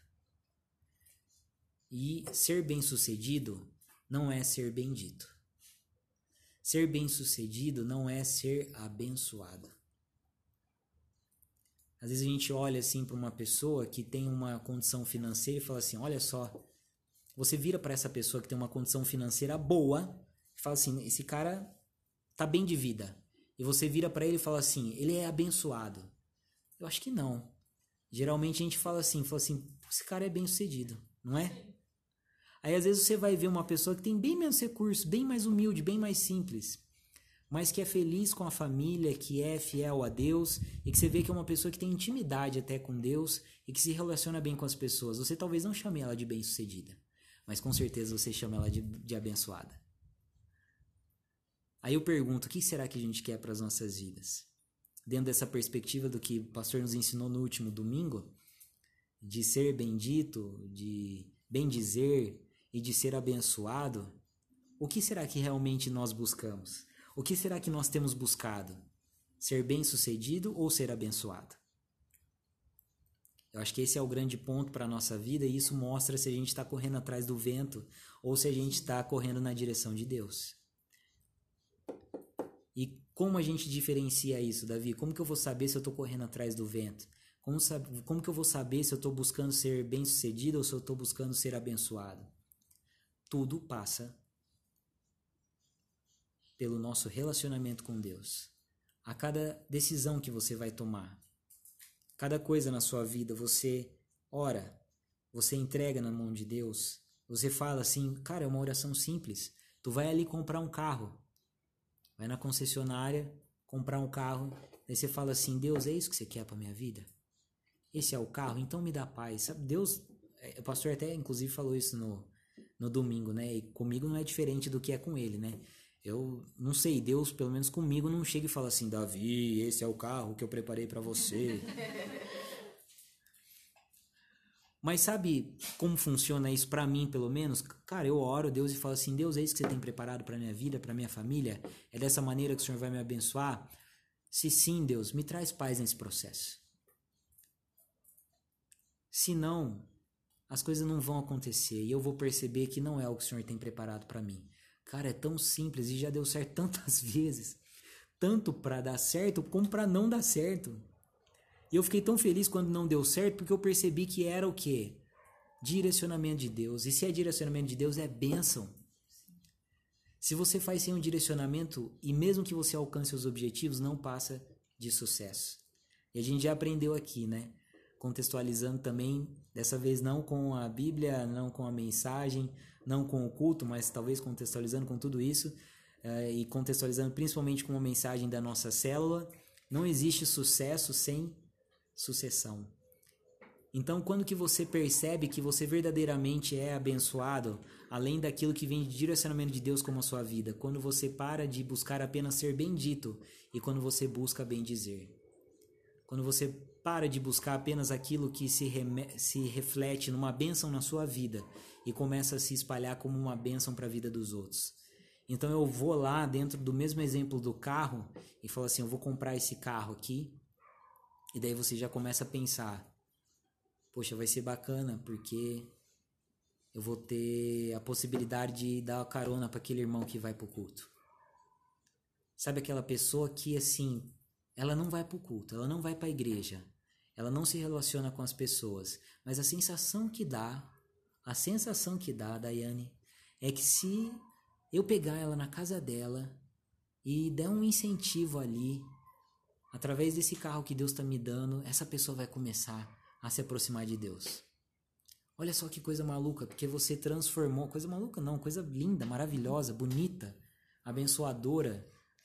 E ser bem-sucedido não é ser bendito. Ser bem-sucedido não é ser abençoado. Às vezes a gente olha assim para uma pessoa que tem uma condição financeira e fala assim, olha só, você vira para essa pessoa que tem uma condição financeira boa e fala assim, esse cara tá bem de vida. E você vira para ele e fala assim, ele é abençoado. Eu acho que não. Geralmente a gente fala assim, fala assim, esse cara é bem-sucedido, não é? Aí às vezes você vai ver uma pessoa que tem bem menos recursos, bem mais humilde, bem mais simples, mas que é feliz com a família, que é fiel a Deus, e que você vê que é uma pessoa que tem intimidade até com Deus e que se relaciona bem com as pessoas. Você talvez não chame ela de bem-sucedida, mas com certeza você chama ela de, de abençoada. Aí eu pergunto, o que será que a gente quer para as nossas vidas? Dentro dessa perspectiva do que o pastor nos ensinou no último domingo, de ser bendito, de bendizer e de ser abençoado, o que será que realmente nós buscamos? O que será que nós temos buscado? Ser bem-sucedido ou ser abençoado? Eu acho que esse é o grande ponto para a nossa vida e isso mostra se a gente está correndo atrás do vento ou se a gente está correndo na direção de Deus. E como a gente diferencia isso, Davi? Como que eu vou saber se eu estou correndo atrás do vento? Como, como que eu vou saber se eu estou buscando ser bem-sucedido ou se eu estou buscando ser abençoado? Tudo passa pelo nosso relacionamento com Deus. A cada decisão que você vai tomar, cada coisa na sua vida, você ora, você entrega na mão de Deus, você fala assim, cara, é uma oração simples. Tu vai ali comprar um carro, vai na concessionária, comprar um carro, aí você fala assim, Deus, é isso que você quer para minha vida? Esse é o carro? Então me dá paz. Sabe, Deus, o pastor até inclusive falou isso no, no domingo, né? E comigo não é diferente do que é com ele, né? Eu não sei, Deus, pelo menos comigo, não chega e fala assim, Davi, esse é o carro que eu preparei para você. Mas sabe como funciona isso para mim, pelo menos? Cara, eu oro a Deus e falo assim, Deus, é isso que você tem preparado para minha vida, para minha família? É dessa maneira que o Senhor vai me abençoar? Se sim, Deus, me traz paz nesse processo. Se não, as coisas não vão acontecer e eu vou perceber que não é o que o Senhor tem preparado para mim. Cara, é tão simples e já deu certo tantas vezes. Tanto para dar certo como para não dar certo. E eu fiquei tão feliz quando não deu certo porque eu percebi que era o quê? Direcionamento de Deus. E se é direcionamento de Deus, é bênção. Se você faz sem um direcionamento e mesmo que você alcance os objetivos, não passa de sucesso. E a gente já aprendeu aqui, né? Contextualizando também, dessa vez não com a Bíblia, não com a mensagem, não com o culto, mas talvez contextualizando com tudo isso, uh, e contextualizando principalmente com a mensagem da nossa célula, não existe sucesso sem sucessão. Então, quando que você percebe que você verdadeiramente é abençoado, além daquilo que vem de direcionamento de Deus como a sua vida? Quando você para de buscar apenas ser bendito e quando você busca bendizer. Quando você para de buscar apenas aquilo que se, reme- se reflete numa bênção na sua vida e começa a se espalhar como uma bênção para a vida dos outros. Então eu vou lá dentro do mesmo exemplo do carro e falo assim, eu vou comprar esse carro aqui, e daí você já começa a pensar, poxa, vai ser bacana porque eu vou ter a possibilidade de dar carona para aquele irmão que vai para o culto. Sabe aquela pessoa que assim, ela não vai para o culto, ela não vai para a igreja, ela não se relaciona com as pessoas, mas a sensação que dá, a sensação que dá, Daiane, é que se eu pegar ela na casa dela e der um incentivo ali, através desse carro que Deus está me dando, essa pessoa vai começar a se aproximar de Deus. Olha só que coisa maluca, porque você transformou, coisa maluca não, coisa linda, maravilhosa, bonita, abençoadora.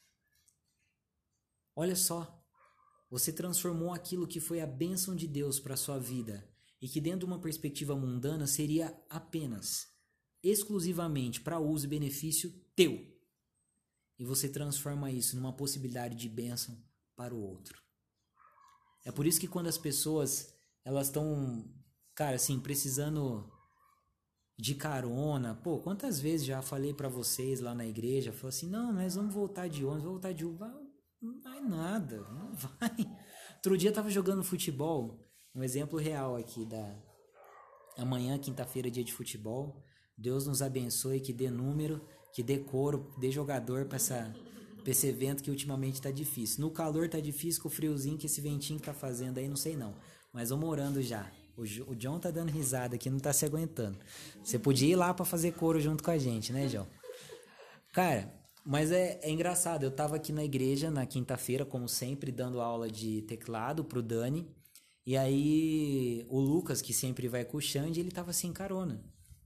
Olha só, você transformou aquilo que foi a bênção de Deus para a sua vida e que dentro de uma perspectiva mundana seria apenas, exclusivamente para uso e benefício teu. E você transforma isso numa possibilidade de bênção para o outro. É por isso que quando as pessoas elas estão, cara, assim, precisando de carona, pô, quantas vezes já falei para vocês lá na igreja, falei assim, não, nós vamos voltar de ônibus, vamos voltar de Uber, não vai nada, não vai. Outro dia eu tava jogando futebol, um exemplo real aqui da amanhã, quinta-feira, dia de futebol. Deus nos abençoe, que dê número, que dê couro, dê jogador pra, essa, pra esse evento que ultimamente tá difícil. No calor tá difícil, com o friozinho que esse ventinho que tá fazendo aí, não sei não. Mas vamos orando já. O, Jo- o John tá dando risada aqui, não tá se aguentando. Você podia ir lá pra fazer couro junto com a gente, né, John? Cara, mas é, é engraçado. Eu tava aqui na igreja na quinta-feira, como sempre, dando aula de teclado pro Dani. E aí o Lucas, que sempre vai com o Xande, ele tava sem carona.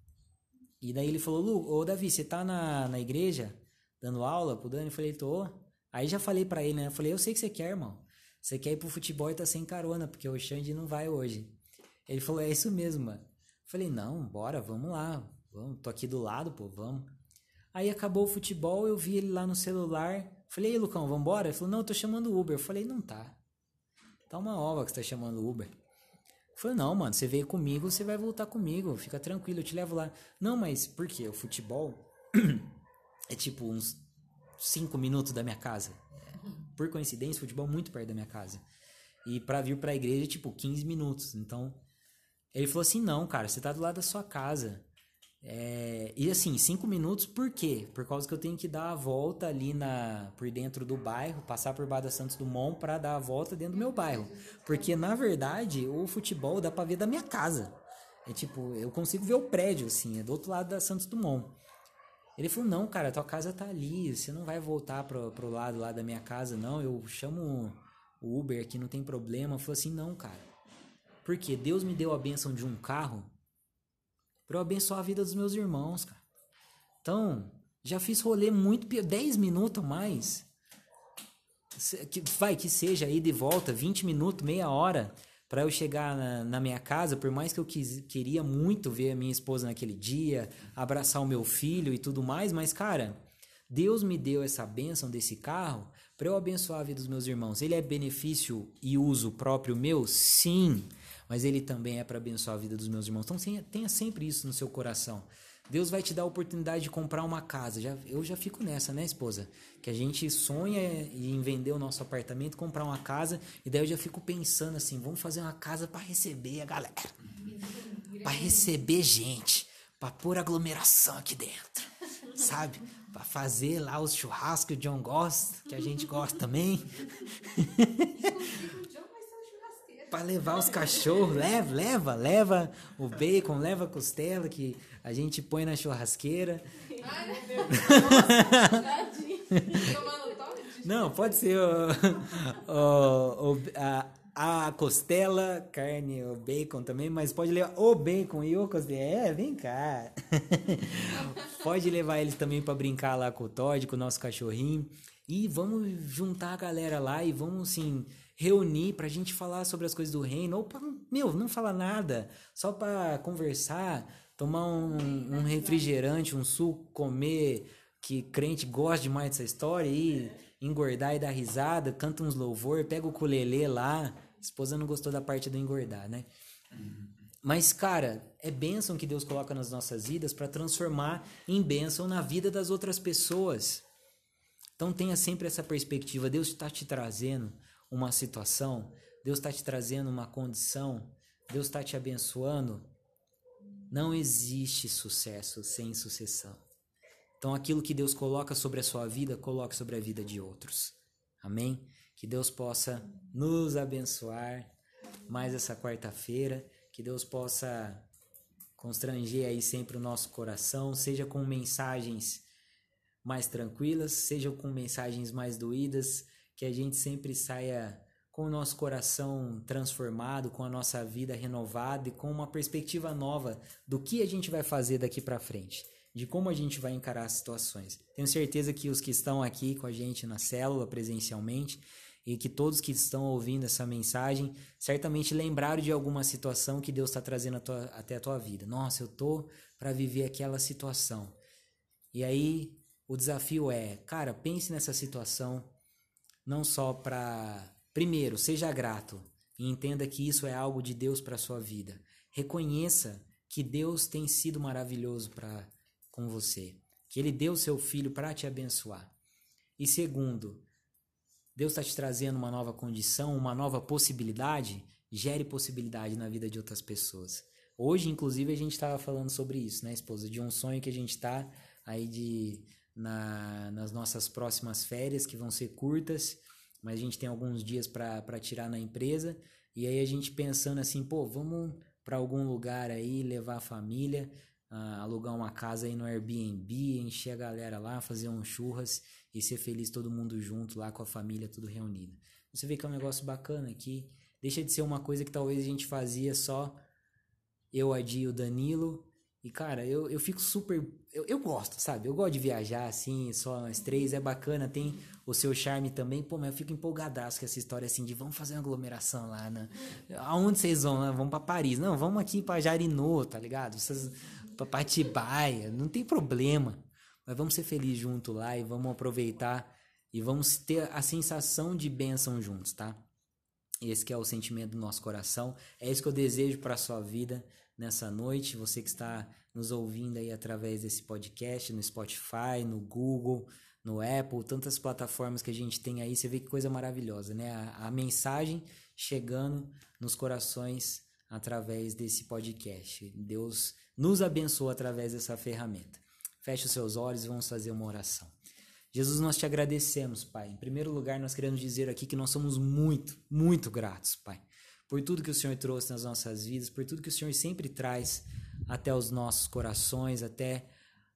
E daí ele falou, Lu, ô Davi, você tá na, na igreja dando aula pro Dani? Eu falei, tô. Aí já falei pra ele, né? Eu falei, eu sei que você quer, irmão. Você quer ir pro futebol e tá sem carona, porque o Xande não vai hoje. Ele falou, é isso mesmo, mano. Eu falei, não, bora, vamos lá. Vamos, tô aqui do lado, pô, vamos. Aí acabou o futebol, eu vi ele lá no celular. Falei, ei, Lucão, vambora? Ele falou, não, eu tô chamando o Uber. Eu falei, não tá. Tá uma ova que você tá chamando o Uber. Eu falei, não, mano, você veio comigo, você vai voltar comigo. Fica tranquilo, eu te levo lá. Não, mas por quê? O futebol é tipo uns cinco minutos da minha casa. Por coincidência, futebol é muito perto da minha casa. E pra vir pra igreja, tipo, quinze minutos. Então, ele falou assim, não, cara, você tá do lado da sua casa. É, e assim, cinco minutos, por quê? Por causa que eu tenho que dar a volta ali na, por dentro do bairro, passar por Baixo da Santos Dumont pra dar a volta dentro do meu bairro. Porque, na verdade, o futebol dá pra ver da minha casa. É tipo, eu consigo ver o prédio, assim, é do outro lado da Santos Dumont. Ele falou, não, cara, tua casa tá ali, você não vai voltar pro, pro lado lá da minha casa, não, eu chamo o Uber aqui, não tem problema. Eu falei assim, não, cara, porque Deus me deu a bênção de um carro pra eu abençoar a vida dos meus irmãos, cara. Então, já fiz rolê muito, pi- dez minutos a mais, Se- que, vai que seja ida e volta, vinte minutos, meia hora, pra eu chegar na, na minha casa, por mais que eu quis, queria muito ver a minha esposa naquele dia, abraçar o meu filho e tudo mais, mas, cara, Deus me deu essa bênção desse carro para eu abençoar a vida dos meus irmãos. Ele é benefício e uso próprio meu? Sim, mas ele também é para abençoar a vida dos meus irmãos. Então tenha, tenha sempre isso no seu coração. Deus vai te dar a oportunidade de comprar uma casa. Já, eu já fico nessa, né, esposa? Que a gente sonha em vender o nosso apartamento, comprar uma casa, e daí eu já fico pensando assim, vamos fazer uma casa para receber a galera, para receber gente, para pôr aglomeração aqui dentro, sabe? Para fazer lá os churrascos que o John gosta, que a gente gosta também. Inclusive, o John vai ser o churrasqueiro. Para levar os cachorros, leva, leva, leva o bacon, leva a costela que a gente põe na churrasqueira. Ai, meu Deus. Nossa, tadinho. Tomando toque de Não, pode ser o, o, o- a, a costela, carne, o bacon também, mas pode levar o bacon e o costela. É, vem cá. Pode levar eles também para brincar lá com o Todd, com o nosso cachorrinho. E vamos juntar a galera lá e vamos, assim, reunir pra gente falar sobre as coisas do reino. Ou pra, meu, não falar nada, só pra conversar, tomar um, um refrigerante, um suco, comer, que crente gosta demais dessa história, e engordar e dar risada, canta uns louvor, pega o ukulele lá. A esposa não gostou da parte do engordar, né? Mas, cara, é bênção que Deus coloca nas nossas vidas para transformar em bênção na vida das outras pessoas. Então tenha sempre essa perspectiva. Deus está te trazendo uma situação, Deus está te trazendo uma condição, Deus está te abençoando. Não existe sucesso sem sucessão. Então aquilo que Deus coloca sobre a sua vida, coloque sobre a vida de outros. Amém? Que Deus possa nos abençoar mais essa quarta-feira. Que Deus possa constranger aí sempre o nosso coração, seja com mensagens mais tranquilas, seja com mensagens mais doídas, que a gente sempre saia com o nosso coração transformado, com a nossa vida renovada e com uma perspectiva nova do que a gente vai fazer daqui para frente, de como a gente vai encarar as situações. Tenho certeza que os que estão aqui com a gente na célula presencialmente e que todos que estão ouvindo essa mensagem certamente lembraram de alguma situação que Deus está trazendo a tua, até a tua vida. Nossa, eu tô para viver aquela situação. E aí o desafio é, cara, pense nessa situação não só para... Primeiro, seja grato e entenda que isso é algo de Deus para a sua vida. Reconheça que Deus tem sido maravilhoso para com você, que Ele deu seu Filho para te abençoar. E segundo, Deus está te trazendo uma nova condição, uma nova possibilidade, gere possibilidade na vida de outras pessoas. Hoje, inclusive, a gente estava falando sobre isso, né, esposa? De um sonho que a gente está aí de, na, nas nossas próximas férias, que vão ser curtas, mas a gente tem alguns dias para tirar na empresa, e aí a gente pensando assim, pô, vamos para algum lugar aí, levar a família, uh, alugar uma casa aí no Airbnb, encher a galera lá, fazer um churras e ser feliz todo mundo junto lá com a família, tudo reunido. Você vê que é um negócio bacana, que deixa de ser uma coisa que talvez a gente fazia só eu, a Di e o Danilo. E, cara, eu, eu fico super... Eu, eu gosto, sabe? Eu gosto de viajar, assim, só nós três, é bacana, tem o seu charme também. Pô, mas eu fico empolgadaço com essa história, assim, de vamos fazer uma aglomeração lá, né? Aonde vocês vão, né? Vamos pra Paris. Não, vamos aqui pra Jarinu, tá ligado? Essas, pra Patibaia, não tem problema. Mas vamos ser felizes junto lá e vamos aproveitar e vamos ter a sensação de bênção juntos, tá? Esse que é o sentimento do nosso coração. É isso que eu desejo para a sua vida nessa noite. Você que está nos ouvindo aí através desse podcast, no Spotify, no Google, no Apple, tantas plataformas que a gente tem aí. Você vê que coisa maravilhosa, né? A, a mensagem chegando nos corações através desse podcast. Deus nos abençoa através dessa ferramenta. Feche os seus olhos e vamos fazer uma oração. Jesus, nós te agradecemos, Pai. Em primeiro lugar, nós queremos dizer aqui que nós somos muito, muito gratos, Pai, por tudo que o Senhor trouxe nas nossas vidas, por tudo que o Senhor sempre traz até os nossos corações, até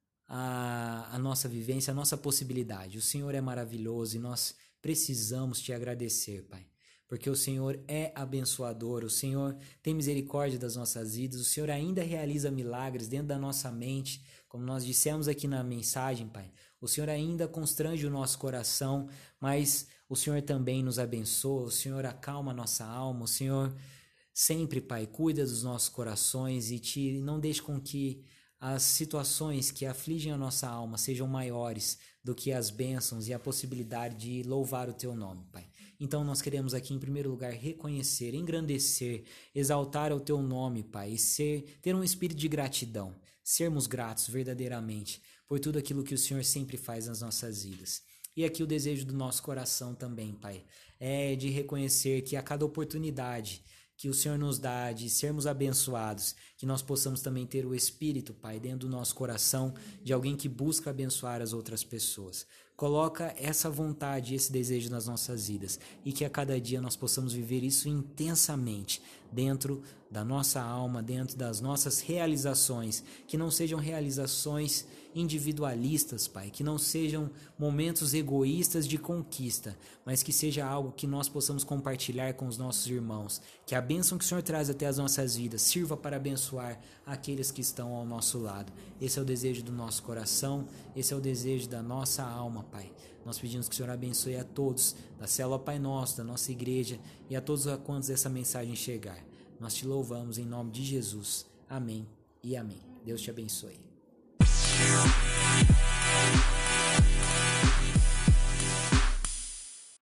a, a nossa vivência, a nossa possibilidade. O Senhor é maravilhoso e nós precisamos te agradecer, Pai, porque o Senhor é abençoador, o Senhor tem misericórdia das nossas vidas, o Senhor ainda realiza milagres dentro da nossa mente, como nós dissemos aqui na mensagem, Pai. O Senhor ainda constrange o nosso coração, mas o Senhor também nos abençoa, o Senhor acalma a nossa alma, o Senhor sempre, Pai, cuida dos nossos corações e te, não deixe com que as situações que afligem a nossa alma sejam maiores do que as bênçãos e a possibilidade de louvar o Teu nome, Pai. Então nós queremos aqui, em primeiro lugar, reconhecer, engrandecer, exaltar o Teu nome, Pai, e ser, ter um espírito de gratidão, sermos gratos verdadeiramente por tudo aquilo que o Senhor sempre faz nas nossas vidas. E aqui o desejo do nosso coração também, Pai, é de reconhecer que a cada oportunidade que o Senhor nos dá de sermos abençoados, que nós possamos também ter o Espírito, Pai, dentro do nosso coração de alguém que busca abençoar as outras pessoas. Coloca essa vontade e esse desejo nas nossas vidas e que a cada dia nós possamos viver isso intensamente dentro da nossa alma, dentro das nossas realizações, que não sejam realizações individualistas, Pai, que não sejam momentos egoístas de conquista, mas que seja algo que nós possamos compartilhar com os nossos irmãos, que a bênção que o Senhor traz até as nossas vidas sirva para abençoar aqueles que estão ao nosso lado. Esse é o desejo do nosso coração, esse é o desejo da nossa alma, Pai. Nós pedimos que o Senhor abençoe a todos, da Célula Pai Nosso, da nossa igreja e a todos a quantos essa mensagem chegar. Nós te louvamos em nome de Jesus. Amém e amém. Deus te abençoe.